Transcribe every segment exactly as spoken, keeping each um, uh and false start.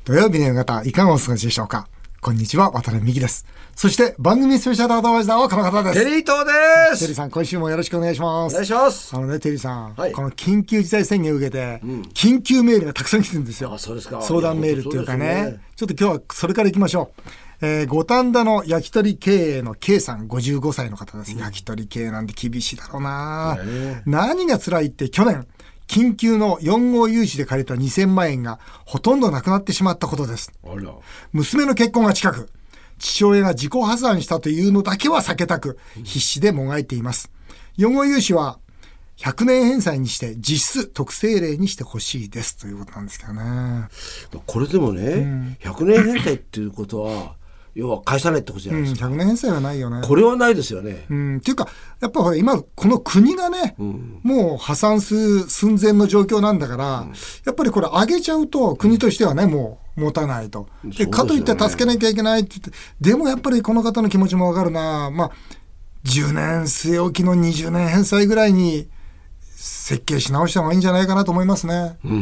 土曜日の夕方、いかがお過ごしでしょうか。こんにちは、渡辺美希です。そして番組スペシャルアドバイザーはこの方です。 テリー東です。 テリーさん、今週もよろしくお願いします。 お願いします。 あのね、テリーさん、 はい、 この緊急事態宣言を受けて、うん、緊急メールがたくさん来てるんですよ。 あ、そうですか。 相談メールっていうかね、ねちょっと今日はそれから行きましょう。えー、五反田の焼き鳥経営の K さん、ごじゅうごさいの方です。うん、焼き鳥経営なんて厳しいだろうな、ね、何が辛いって去年緊急のよん号融資で借りたにせんまんえんがほとんどなくなってしまったことです。 あら。 娘の結婚が近く、父親が自己破産したというのだけは避けたく必死でもがいています。よん号融資はひゃくねん返済にして実質特例例にしてほしいですということなんですけどね。 これでもね、うん、ひゃくねん返済っていうことは要は返さないってことじゃないですか、 うん、ひゃくねん返済はないよね。 これはないですよね、 うん、っていうかやっぱほら今この国がね、うん、もう破産する寸前の状況なんだから、うん、やっぱりこれ上げちゃうと国としてはねもう持たないと。で、かといって助けなきゃいけないって言って、でもやっぱりこの方の気持ちもわかるな。まあじゅうねん据え置きのにじゅうねん返済ぐらいに設計し直した方がいいんじゃないかなと思いますね。うん、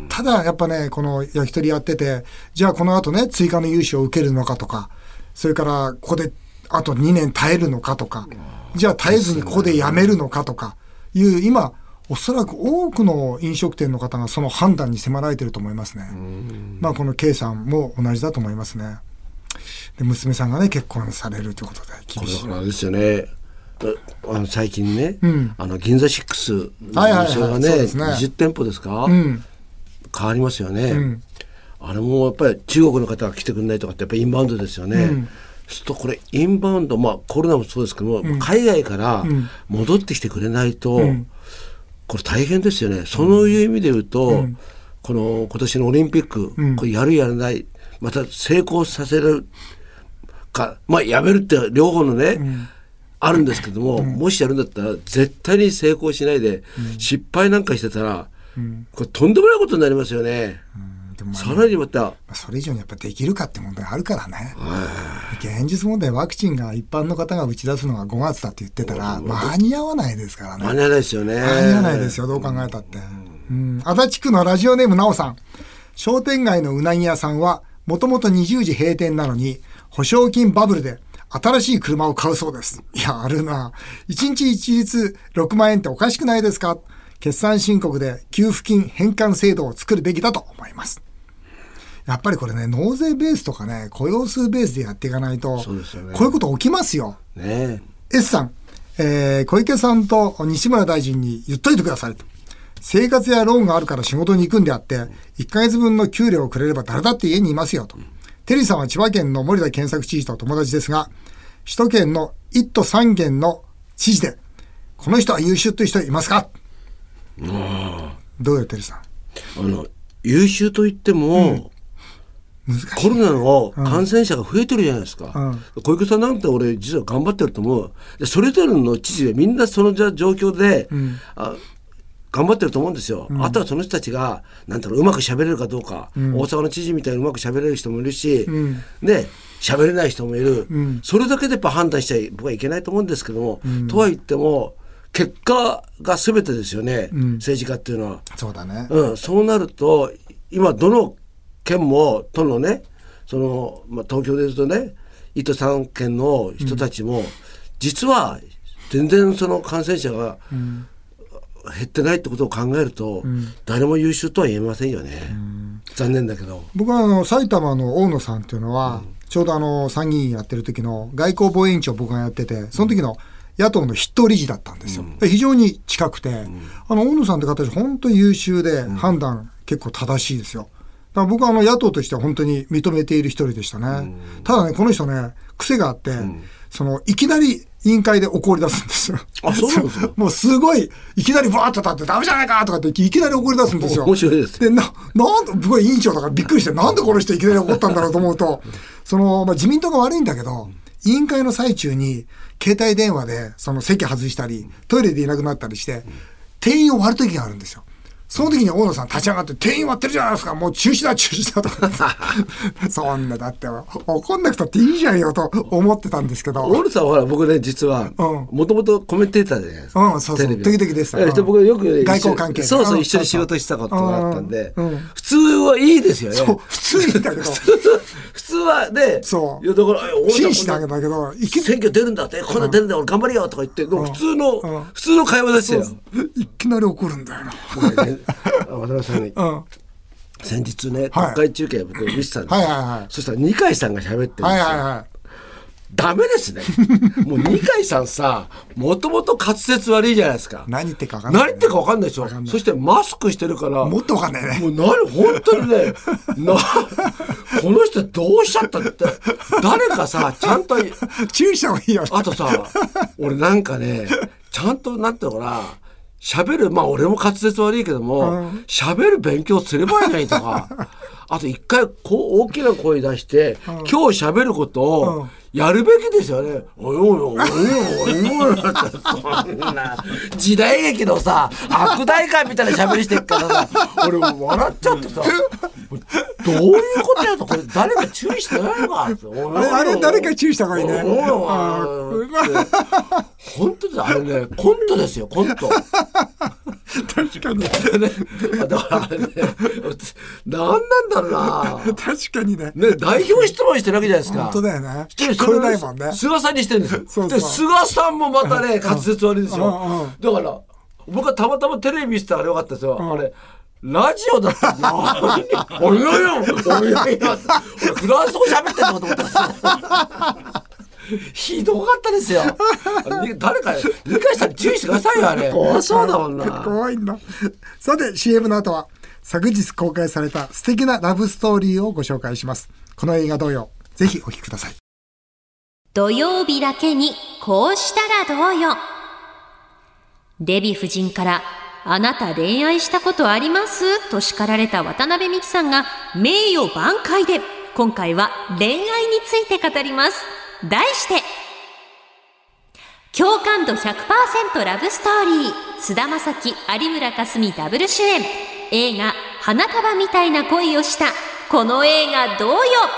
ただやっぱねこの焼き鳥やってて、じゃあこの後ね追加の融資を受けるのかとか、それからここであとにねん耐えるのかとか、じゃあ耐えずにここでやめるのかとかいう今おそらく多くの飲食店の方がその判断に迫られていると思いますね。まあこの K さんも同じだと思いますね。で娘さんがね結婚されるということで厳しい。 これはですよね。あの最近ね、うん、あの銀座シックスの店がねにじゅってんぽですか、うん、変わりますよね、うん、あれもやっぱり中国の方が来てくれないとかってやっぱりインバウンドですよね、うん、そうするとこれインバウンド、まあコロナもそうですけども、うん、海外から戻ってきてくれないと、うん、これ大変ですよね。そういう意味で言うと、うん、この今年のオリンピック、うん、これやるやらないまた成功させるか、まあやめるって両方のね、うんあるんですけども、うん、もしやるんだったら絶対に成功しないで、うん、失敗なんかしてたら、うん、これとんでもないことになりますよね、うんでもまあね、さらにまたそれ以上にやっぱできるかって問題あるからね。現実問題ワクチンが一般の方が打ち出すのがごがつだって言ってたら間に合わないですからね。 間に合わないですよね。 間に合わないですよどう考えたって、うんうん、足立区のラジオネームなおさん、商店街のうなぎ屋さんはもともとにじゅうじ閉店なのに保証金バブルで新しい車を買うそうです。いや、あるな。いちにち一律ろくまんえんっておかしくないですか？決算申告で給付金返還制度を作るべきだと思います。やっぱりこれね、納税ベースとかね、雇用数ベースでやっていかないと、そうですよね、こういうこと起きますよ。ね、S さん、えー、小池さんと西村大臣に言っといてくださいと。生活やローンがあるから仕事に行くんであって、いっかげつぶんの給料をくれれば誰だって家にいますよと。テリーさんは千葉県の森田健作知事と友達ですが、首都圏のいっ都さん県の知事でこの人は優秀という人いますか？あどうよテリーさん。 あの優秀といっても、うん、難しい、コロナの感染者が増えてるじゃないですか、うん、小池さんなんて俺実は頑張ってると思う。でそれぞれの知事がみんなその状況で、うん、あ頑張ってると思うんですよ、うん、あとはその人たちがなんだろううまく喋れるかどうか、うん、大阪の知事みたいにうまく喋れる人もいるし、うん、で喋れない人もいる、うん、それだけでやっぱ判断しちゃ僕はいけないと思うんですけども、うん、とは言っても結果が全てですよね、うん、政治家っていうのは。 そうだね、 うん、そうなると今どの県もとのねその、まあ、東京でいうとねいっ都さん県の人たちも、うん、実は全然その感染者が、うん減ってないってことを考えると、うん、誰も優秀とは言えませんよね、うん、残念だけど。 僕はあの埼玉の大野さんっていうのは、うん、ちょうどあの参議院やってる時の外交防衛委員長僕がやっててその時の野党の筆頭理事だったんですよ、うん、非常に近くて、うん、あの大野さんって方たち本当に優秀で、うん、判断結構正しいですよ。だから僕はあの野党としては本当に認めている一人でしたね、うん、ただねこの人ね癖があって、うん、そのいきなり委員会で怒り出すんですよ。 あ、そうなんですか。 もうすごいいきなりバーッと立ってダメじゃないかとかっていきなり怒り出すんですよ。 面白いです。 でななんで僕は委員長だからびっくりしてなんでこの人いきなり怒ったんだろうと思うとその、まあ、自民党が悪いんだけど委員会の最中に携帯電話でその席外したりトイレでいなくなったりして定員を割る時があるんですよ。 その時に大野さん立ち上がって店員割ってるじゃないですか、もう中止だ中止だとかそんなだって怒んなくたっていいじゃんよと思ってたんですけど、 大野さんはほら僕ね実はもともとコメンテーターじゃないですか、 うん、そうそう時々でした、 うん、僕よく、ね、 外交関係そうそう一緒に仕事したことがあったんで、うんうん、普通はいいですよね。 そう普通いいんだけど普通はね、 そういやだから紳士なんだけど選挙出るんだってこんな出るんだ、うん、俺頑張れよとか言って、うん、普通の、うん、普通の会話ですよ。 いきなり怒るんだよな渡辺さんね、うん、先日ね国会中継僕見てたんですよ、 はいはいはい、 そしたら二階さんが喋ってるんですよ、 はいはいはい、 ダメですねもう二階さんさもともと滑舌悪いじゃないですか。 何言ってか分かんない、ね、 何言ってか分かんないでしょ。そしてマスクしてるからもっと分かんないね。 もう何本当にねなこの人どうしちゃったって誰かさちゃんと注意した方がいいよ。 あとさ俺なんかねちゃんとなんていうのかな喋る、まあ俺も滑舌悪いけども喋、うん、る勉強すればいいのにとかあと一回こう大きな声出して、うん、今日喋ることをやるべきですよね。おいおいおいおいおいおいそんな時代劇のさ悪代官みたいな喋りしてっからさ俺も笑っちゃってさどういうことやとこれ誰か注意してないのかってあれ誰か注意した方がいいね。 本当ですあれねコントですよコント確かにだからあれね何なんだろうな確かに ね, ね代表質問してるわけじゃないですか。 本当だよね。聞こえないもんね。 菅さんにしてるんですよ。 そうそうで菅さんもまたね滑舌悪いですよ、うんうん、だから僕はたまたまテレビ見せたらよかったですよ、うん、あれラジオだったんだおいおいおいおいおいフランス語喋ってんのと思ったんですよひどかったですよ誰か二階さんに注意してくださいよあれ怖そうだもんな怖いんだ。さて シーエム の後は昨日公開された素敵なラブストーリーをご紹介します。この映画同様ぜひお聞きください。 土曜日だけにこうしたらどうよ。デヴィ夫人からあなた恋愛したことありますと叱られた渡辺美樹さんが名誉挽回で今回は恋愛について語ります。題して共感度 ひゃくパーセント ラブストーリー菅田将暉有村架純ダブル主演映画花束みたいな恋をしたこの映画どうよ。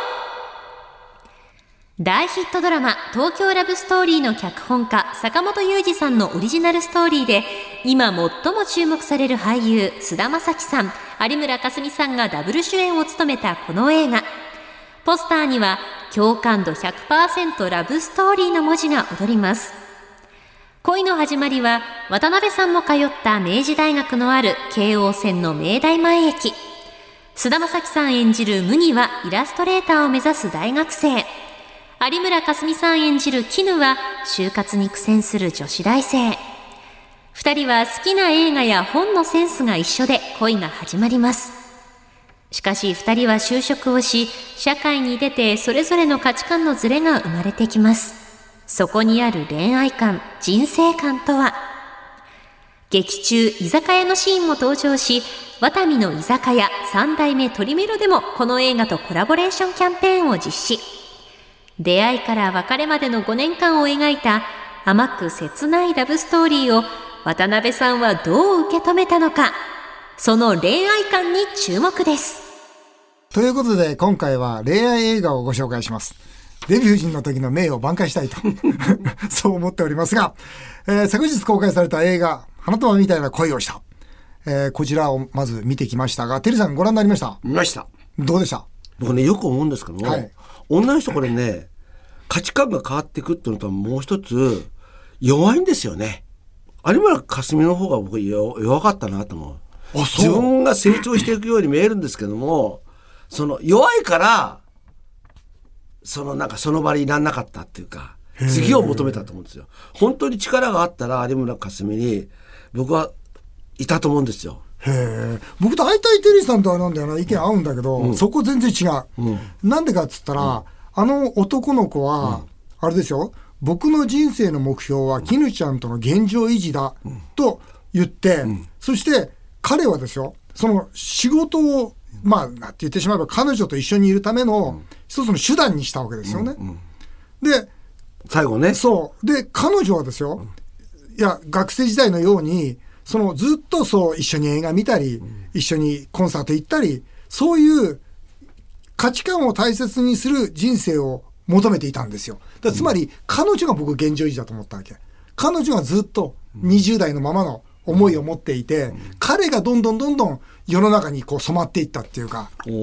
大ヒットドラマ東京ラブストーリーの脚本家坂本雄二さんのオリジナルストーリーで今最も注目される俳優菅田将暉さん有村架純さんがダブル主演を務めたこの映画、ポスターには共感度 ひゃくパーセント ラブストーリーの文字が躍ります。恋の始まりは渡辺さんも通った明治大学のある京王線の明大前駅。菅田将暉さん演じるムニはイラストレーターを目指す大学生、有村架純さん演じる絹は就活に苦戦する女子大生。二人は好きな映画や本のセンスが一緒で恋が始まります。しかし二人は就職をし社会に出てそれぞれの価値観のズレが生まれてきます。そこにある恋愛観、人生観とは。劇中居酒屋のシーンも登場し、ワタミの居酒屋三代目トリメロでもこの映画とコラボレーションキャンペーンを実施。出会いから別れまでのごねんかんを描いた甘く切ないラブストーリーを渡辺さんはどう受け止めたのか、その恋愛観に注目です。 ということで今回は恋愛映画をご紹介します。デヴィ夫人の時の名誉を挽回したいとそう思っておりますが、えー、昨日公開された映画花束みたいな恋をした、えー、こちらをまず見てきましたが、テリーさんご覧になりました？ 見ました。 どうでした？ 僕ねよく思うんですけども、はい、女の人これね価値観が変わっていくっていうのともう一つ弱いんですよね。有村架純の方が僕弱かったなと思う。 あ、そう。 自分が成長していくように見えるんですけども、その弱いからそのなんかその場にいらんなかったっていうか次を求めたと思うんですよ。本当に力があったら有村架純に僕はいたと思うんですよ。 へえ。僕と大体テリーさんとはなんだよな意見合うんだけど、うん、そこ全然違う、うん、なんでかっつったら、うん、あの男の子は、うん、あれですよ、僕の人生の目標は絹ちゃんとの現状維持だ、うん、と言って、うん、そして彼はですよその仕事をまあなんて言ってしまえば彼女と一緒にいるための一つの手段にしたわけですよね、うんうん、で最後ね、 そうで彼女はですよ、うん、いや学生時代のようにそのずっとそう一緒に映画見たり、うん、一緒にコンサート行ったり、そういう価値観を大切にする人生を求めていたんですよ。だからつまり、うん、彼女が僕現状維持だと思ったわけ。彼女がずっとにじゅう代のままの思いを持っていて、うん、彼がどんどんどんどん世の中にこう染まっていったっていうか、うん、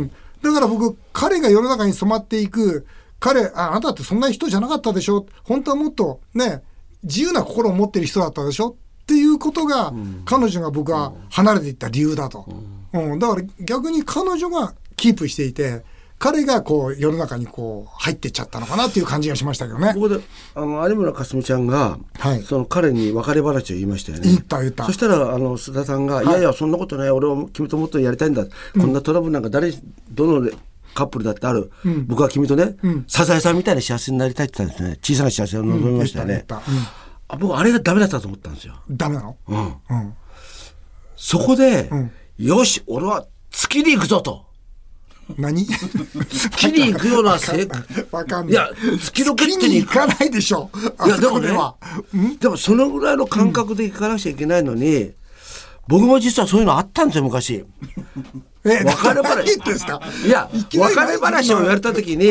だから僕彼が世の中に染まっていく、彼 あ, あなたってそんな人じゃなかったでしょ、本当はもっとね自由な心を持ってる人だったでしょっていうことが、うん、彼女が僕は離れていった理由だと、うんうん、だから逆に彼女がキープしていて、彼がこう世の中にこう入ってっちゃったのかなっていう感じがしましたけどね。 ここであの有村架純ちゃんが、はい、その彼に別れ話を言いましたよね。 言った言った。 そしたらあの須田さんが、はい、いやいやそんなことない、俺は君ともっとやりたいんだ、うん、こんなトラブルなんか誰どのカップルだってある、うん、僕は君とね、うん、サザエさんみたいな幸せになりたいって言ったんですね。小さな幸せを望みましたよね、うんうん、あ僕あれがダメだったと思ったんですよ。 ダメなの、うんうん、 そこで、うん、よし俺は月に行くぞと。 何月に行くような生活わかんない。 いや月ロケットに行かないでしょ。 いやでもね、でもそのぐらいの感覚で行かなくちゃいけないのに、うん、僕も実はそういうのあったんですよ昔。 え別れ話ですか。 いや別れ話を言われた時に、うん、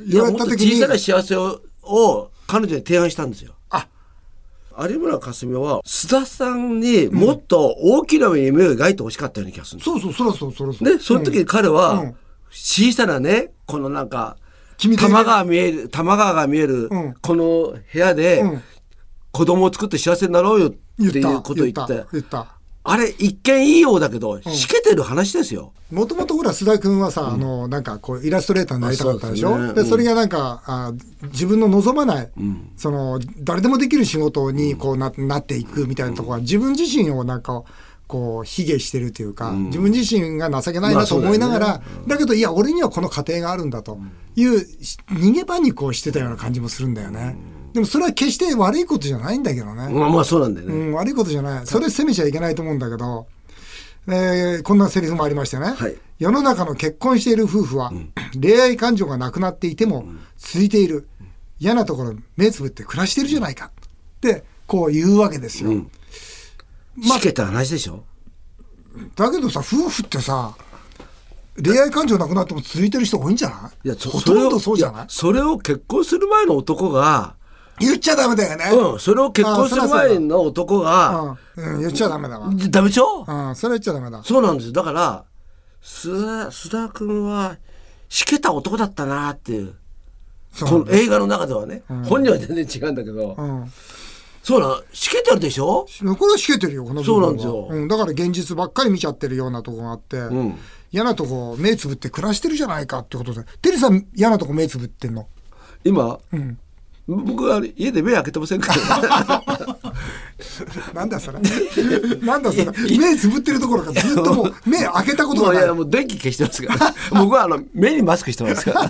いやもっと小さな幸せをを彼女に提案したんですよ。あ有村架純は須田さんにもっと大きな夢を描いてほしかったような気がするんです、 うん、そうそうそらそうそらそう。 ね、その時に彼は、うん、小さなねこのなんか多摩川見える多摩川が見える、うん、この部屋で、うん、子供を作って幸せになろうよっていうことを言って、言った言ったあれ一見いいようだけど、うん、しけてる話ですよ。 もともとほら須田君はさ、うん、あのなんかこうイラストレーターになりたかったでしょ。 そ, で、ねうん、それがなんかあ自分の望まない、うん、その誰でもできる仕事にこう な, なっていくみたいなところは、自分自身をなんかこう卑下してるというか、うん、自分自身が情けないなと思いながら、まあだねうん、だけどいや俺にはこの家庭があるんだという逃げ場にこうしてたような感じもするんだよね。うん、でもそれは決して悪いことじゃないんだけどね。 まあまあそうなんだよね、 うん、悪いことじゃない。それ責めちゃいけないと思うんだけど、えー、こんなセリフもありましてね、はい、世の中の結婚している夫婦は、うん、恋愛感情がなくなっていても続いている、うん、嫌なところ目つぶって暮らしてるじゃないかってこう言うわけですよ、うんまあ、しけた話でしょ。 だけどさ夫婦ってさ恋愛感情なくなっても続いてる人多いんじゃない？ いやほとんどそうじゃない？ それを結婚する前の男が言っちゃダメだよね。 うん、それを結婚する前の男が、 うんうん、言っちゃダメだわ。 ダメでしょ？ うん、それ言っちゃダメだ。 そうなんですよ。だから須田、須田君はしけた男だったなっていう、この映画の中ではね、うん、本人は全然違うんだけど、うん、そうなしけてるでしょ。 これはしけてるよこの部分は。 そうなんですよ、 うん、だから現実ばっかり見ちゃってるようなとこがあって、うん、嫌なとこ目つぶって暮らしてるじゃないかってことで。テリーさん嫌なとこ目つぶってんの今、うん僕は家で目開けてませんからなんだそれなんだそれ目つぶってるところかずっともう目開けたことがない。 もういやもう電気消してますから僕はあの目にマスクしてますから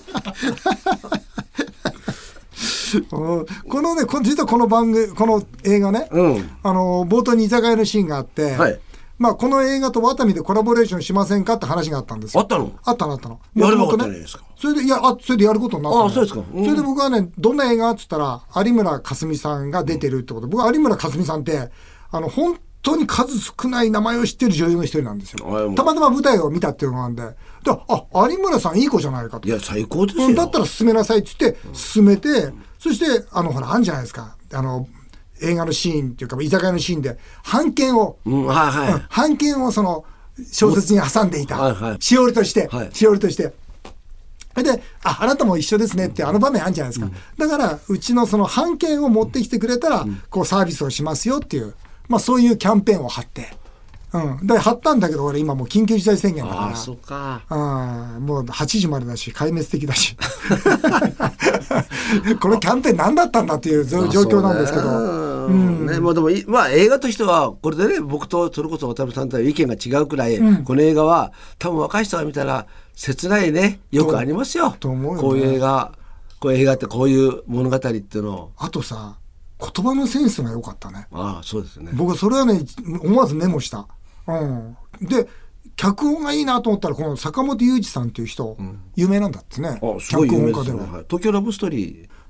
このね実はこの番組この映画ね、うん、あの冒頭に居酒屋のシーンがあって、はいまあ、この映画とワタミでコラボレーションしませんかって話があったんですよ。 あったの？ あったのあったの。 やればよかったじゃないですか。 それでいやあそれでやることになったの。 あそうですか、 うん、それで僕はねどんな映画って言ったら有村架純さんが出てるってこと。僕は有村架純さんってあの本当に数少ない名前を知ってる女優の一人なんですよ。たまたま舞台を見たっていうのがあるんで、であ有村さんいい子じゃないかと。 いや最高ですよ。 だったら進めなさいって言って進めて、うん、そしてあのほらあるんじゃないですかあの映画のシーンっていうか居酒屋のシーンで版権を、うんはいはい、版権をその小説に挟んでいた、はいはい、しおりとして、はい、しおりとしてで あ, あなたも一緒ですねってあの場面あるんじゃないですか、うん、だからうちのその版権を持ってきてくれたら、うん、こうサービスをしますよっていう、まあ、そういうキャンペーンを貼って、うん、で貼ったんだけど俺今もう緊急事態宣言だからあそうか、 うん、もうはちじまでだし壊滅的だしこのキャンペーン何だったんだっていう状況なんですけど、うんね、もうでもまあ映画としてはこれでね僕とそれこそ渡辺さんとは意見が違うくらい、うん、この映画は多分若い人が見たら切ないねよくありますよ。と思うよね、こういう映画こういう映画ってこういう物語っていうの。 あとさ言葉のセンスが良かったね。 ああそうですね。 僕それはね思わずメモした、うん、で脚本がいいなと思ったらこの坂本雄二さんっていう人、うん、有名なんだってね。 あすごい有名ですね。脚本家では、はい、東京ラブストーリー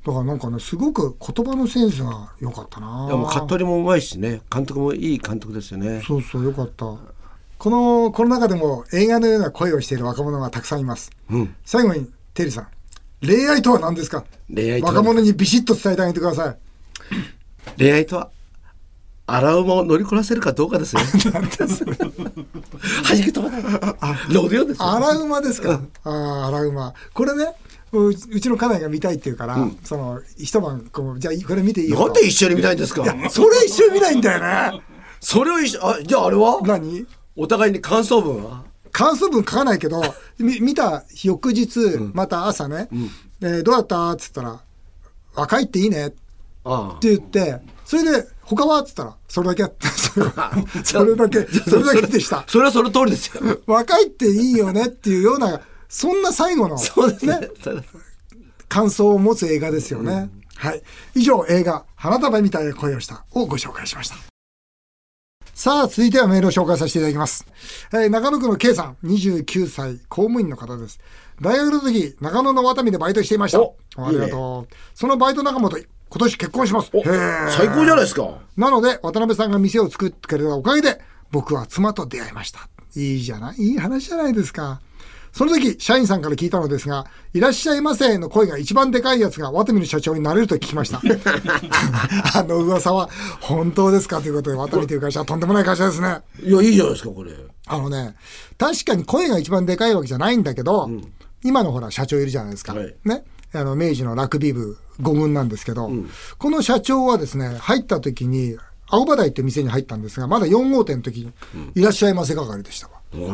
だからなんかねすごく言葉のセンスが良かったな。 いやもうカットリもうまいしね、監督もいい監督ですよね。 そうそう良かった。このこの中でも映画のような声をしている若者がたくさんいます、うん、最後にテリーさん、恋愛とは何ですか？ 恋愛とは若者にビシッと伝えてあげてください。 恋愛とは荒馬を乗りこなせるかどうかですね。なんでそれはじけ飛ばないロデオですよ。 荒馬ですか、うん、あ荒馬これねう, うちの家内が見たいって言うから、うん、その一晩こうじゃあこれ見ていいよ。 なんで一緒に見たいんですか？ いやそれ一緒に見ないんだよね。 それを一緒あじゃああれは何？ お互いに感想文は感想文書かないけど見た翌日、うん、また朝ね、うんえー、どうだったっつったら若いっていいねって言ってそれで他はっつったらそれだけそれだけそれだけでした。 それはその通りですよ。 若いっていいよねっていうようなそんな最後の、 そうですね、 感想を持つ映画ですよね、うん、はい以上映画花束みたいな声をしたをご紹介しました。さあ続いてはメールを紹介させていただきます、えー、中野区の K さんにじゅうきゅうさい公務員の方です。大学の時中野のワタミでバイトしていました。ありがとう。いいね、そのバイト仲間と今年結婚します。へ最高じゃないですか。 なので渡辺さんが店を作ってくれたおかげで僕は妻と出会いました。いいじゃないいい話じゃないですか。その時社員さんから聞いたのですが、いらっしゃいませの声が一番でかいやつがワタミの社長になれると聞きました。あの噂は本当ですかということで、ワタミという会社はとんでもない会社ですね。 いやいいじゃないですかこれ。 あのね確かに声が一番でかいわけじゃないんだけど、うん、今のほら社長いるじゃないですか、はい、ねあの明治のラグビー部ご軍なんですけど、うん、この社長はですね入った時に青葉台って店に入ったんですがまだよん号店の時に、うん、いらっしゃいませ係でしたわ。うん、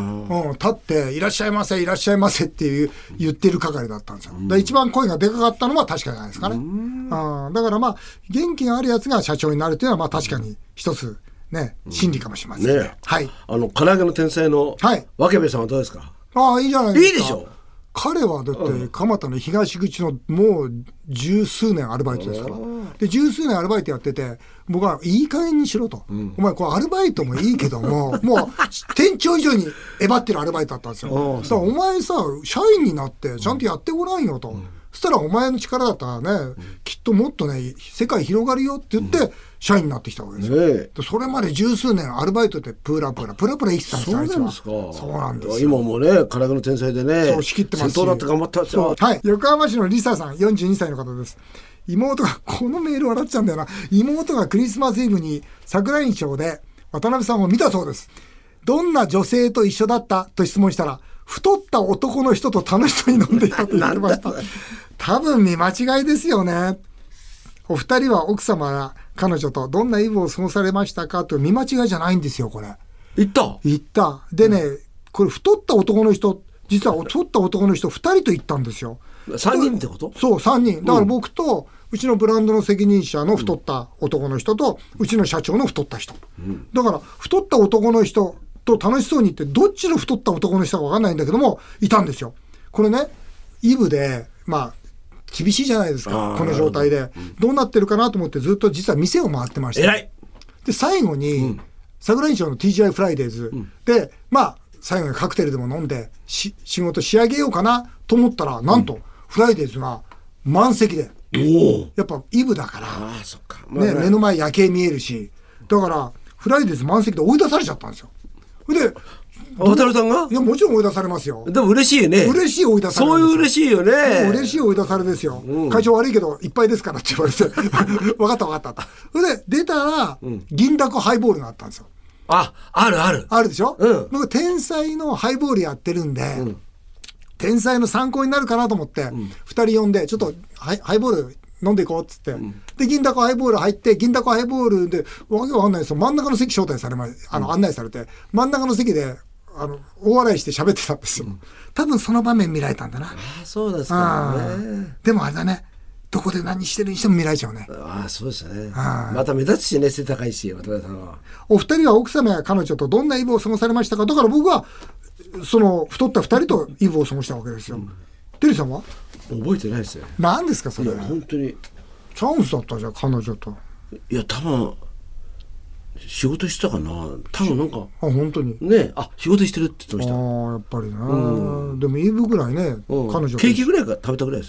立っていらっしゃいませいらっしゃいませっていう言ってる係だったんですよ。だ一番声がでかかったのは確かじゃないですかね。うん、だからまあ元気があるやつが社長になるというのはまあ確かに一つね真理かもしれませんね。ねはい。 あの唐揚げの天才のわけべさんはどうですか？ ああいいじゃないですか。 いいでしょ。 彼はだって蒲田の東口のもう十数年アルバイトですから。で十数年アルバイトやってて僕はいい加減にしろと、うん、お前これアルバイトもいいけどももう店長以上にえばってるアルバイトだったんですよ。だからお前さ社員になってちゃんとやってごらんよと、うん、そしたらお前の力だったらね、うん、きっともっとね世界広がるよって言って、うん社員になってきたわけですよ、ね、それまで十数年アルバイトでプーラプーラプラプラ生きてたんですよ。 そうなんですか。 そうなんですよ。今もね唐揚げの天才でねそう仕切ってますし先頭だって頑張ったんですよ。 はい横浜市のリサさんよんじゅうにさいの方です。妹がこのメール笑っちゃうんだよな。妹がクリスマスイブに桜井町で渡辺さんを見たそうです。どんな女性と一緒だったと質問したら太った男の人と楽しそうに飲んでいたと言ってました多分見間違いですよね。お二人は奥様や彼女とどんなイブを過ごされましたかと見間違いじゃないんですよこれ。 言った言ったでね、うん、これ太った男の人実は太った男の人ふたりと行ったんですよ。 さんにんってこと？ そうさんにんだから僕と、うん、うちのブランドの責任者の太った男の人と、うん、うちの社長の太った人、うん、だから太った男の人と楽しそうに行ってどっちの太った男の人か分かんないんだけどもいたんですよ。これねイブでまあ厳しいじゃないですかこの状態で、うん、どうなってるかなと思ってずっと実は店を回ってました。 偉い。 で最後に、うん、桜井町の ティージーアイ フライデーズ、うん、でまあ最後にカクテルでも飲んでし仕事仕上げようかなと思ったらなんと、うん、フライデーズが満席でおやっぱイブだからあそっか、まあね、目の前夜景見えるしだからフライデーズ満席で追い出されちゃったんですよ。で渡辺さんがいやもちろん追い出されますよ。 でも嬉しいよね。 嬉しい追い出されそういう嬉しいよね。 嬉しい追い出されですよ、うん、会長悪いけどいっぱいですからって言われて分かった分かったそれで出たら、うん、銀だこハイボールがあったんですよ。 ああるあるあるでしょ、 うん、 僕天才のハイボールやってるんで、うん、天才の参考になるかなと思って、うん、ふたり呼んでちょっとハイ、ハイボール飲んでいこうっつって、うん、で銀だこハイボール入って銀だこハイボールでわけわかんないですよ。真ん中の席招待されまあの、うん、案内されて真ん中の席であの大笑いして喋ってたんですよ、うん、多分その場面見られたんだな。 あそうですかね。 でもあれだねどこで何してるにしても見られちゃうね。 あそうですね。また目立つしね背高いし渡辺さんは。 お二人は奥様や彼女とどんなイブを過ごされましたか。だから僕はその太った二人とイブを過ごしたわけですよ、うん、テリーさんは覚えてないですよ。 何ですかそれ。 いや本当にチャンスだったじゃん彼女と。 いや多分仕事してたかな多分なんか。 あ本当にねあ仕事してるって言ってました。 あやっぱりね、うん、でもイブぐらいね、 うん、 彼女ケーキぐらいが食べたぐらいですよね。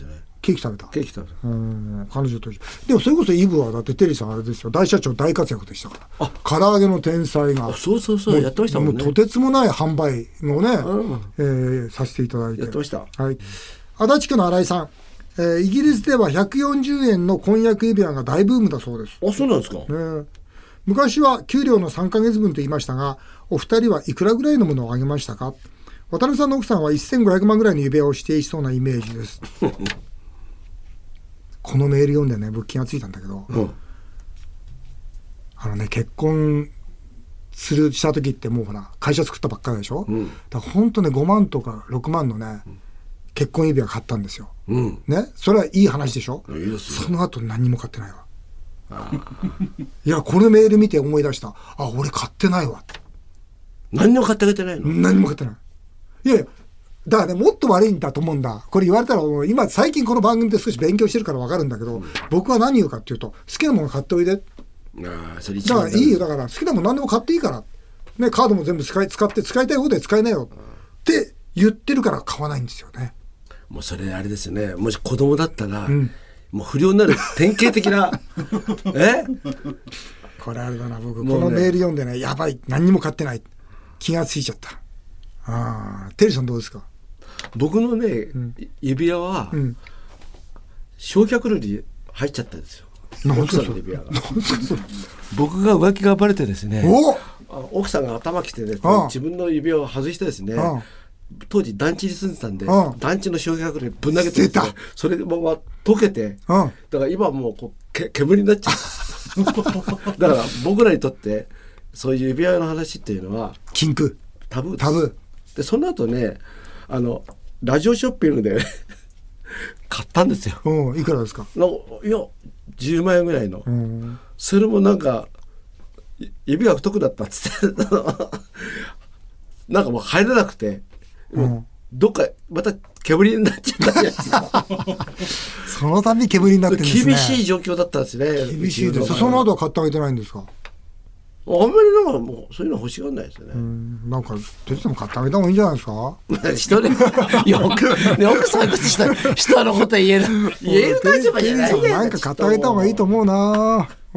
ケーキ食べた。 ケーキ食べた。 うん、彼女と一緒。でもそれこそイブはだってテリーさんあれですよ、大社長大活躍でしたから。あ、唐揚げの天才が。 そうそうそう、やってましたもんね。 もうとてつもない販売をね、うん、えー、させていただいて。 やってました。 はい。足立区の新井さん、えー、イギリスではひゃくよんじゅうえんの婚約指輪が大ブームだそうです。 あ、そうなんですか。 ね、昔は給料のさんかげつぶんと言いましたが、お二人はいくらぐらいのものをあげましたか。渡辺さんの奥さんはせんごひゃくまんぐらいの指輪を指定しそうなイメージです。このメール読んでね、僕気がついたんだけど、うん、あのね、結婚するした時ってもうほら会社作ったばっかりでしょ、うん、だからほんとねごまんとかろくまんのね、うん、結婚指輪買ったんですよ、うん、ね、それはいい話でしょ。いいですよ。その後何にも買ってないわ。いや、このメール見て思い出した。あ、俺買ってないわ。 何にも買ってあげてないの。 何にも買ってない。いやいや、だからね、もっと悪いんだと思うんだ。これ言われたら、今最近この番組で少し勉強してるから分かるんだけど、うん、僕は何言うかっていうと、好きなもの買っておいで。 あ、それ一番だからいいよ。だから好きなもの何でも買っていいから、ね、カードも全部使い使って使いたい方で使いなよって言ってるから買わないんですよね。 もうそれあれですよね。もし子供だったら、うん、もう不良になる典型的なえこれあれだな、僕、ね、このメール読んでね、やばい、何にも買ってない、気がついちゃった。ああ、テリーさんどうですか。 僕のね、うん、指輪は、うん、焼却炉に入っちゃったんですよ。奥さんの指輪が僕が浮気がバレてですね、奥さんが頭きてですね、自分の指輪を外してですね、当時団地に住んでたんで、団地の焼却炉にぶん投げて、ね、それでまま溶けて、だから今もうこうけ煙になっちゃうだから僕らにとってそういう指輪の話っていうのは禁句、 タブーです。 タブーでその後ね、あのラジオショッピングで買ったんですよ。 うん、いくらですか。 いやじゅうまんえんぐらいの、うん、それもなんか指が太くなったっつってなんかもう入れなくて、うん、どっかまた煙になっちゃったじゃないですかそのたび煙になってるんですね。 厳しい状況だったんですね。 厳しいです。その後は買ってあげてないんですか。 あんまりなんかもうそういうの欲しがらないですよね。うん、 なんか手伝も買ってあげた方がいいんじゃないですか。 人でよくね、奥さんとした人のこと言える言える立場じゃない。 なんか買ってあげた方がいいと思うな。うん、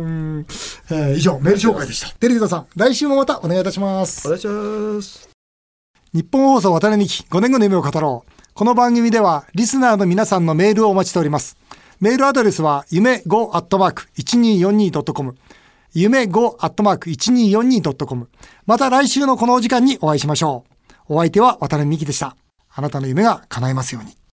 えー、以上メール紹介でした。テレビさん、来週もまたお願いいたします。 お願いします。 日本放送渡辺美希ごねんごの夢を語ろう。この番組ではリスナーの皆さんのメールをお待ちしております。メールアドレスは夢 ご アットマーク いちにーよんにー ドットコム、夢 ご アットマーク いちにーよんにー ドットコム。また来週のこのお時間にお会いしましょう。お相手は渡辺美希でした。あなたの夢が叶いますように。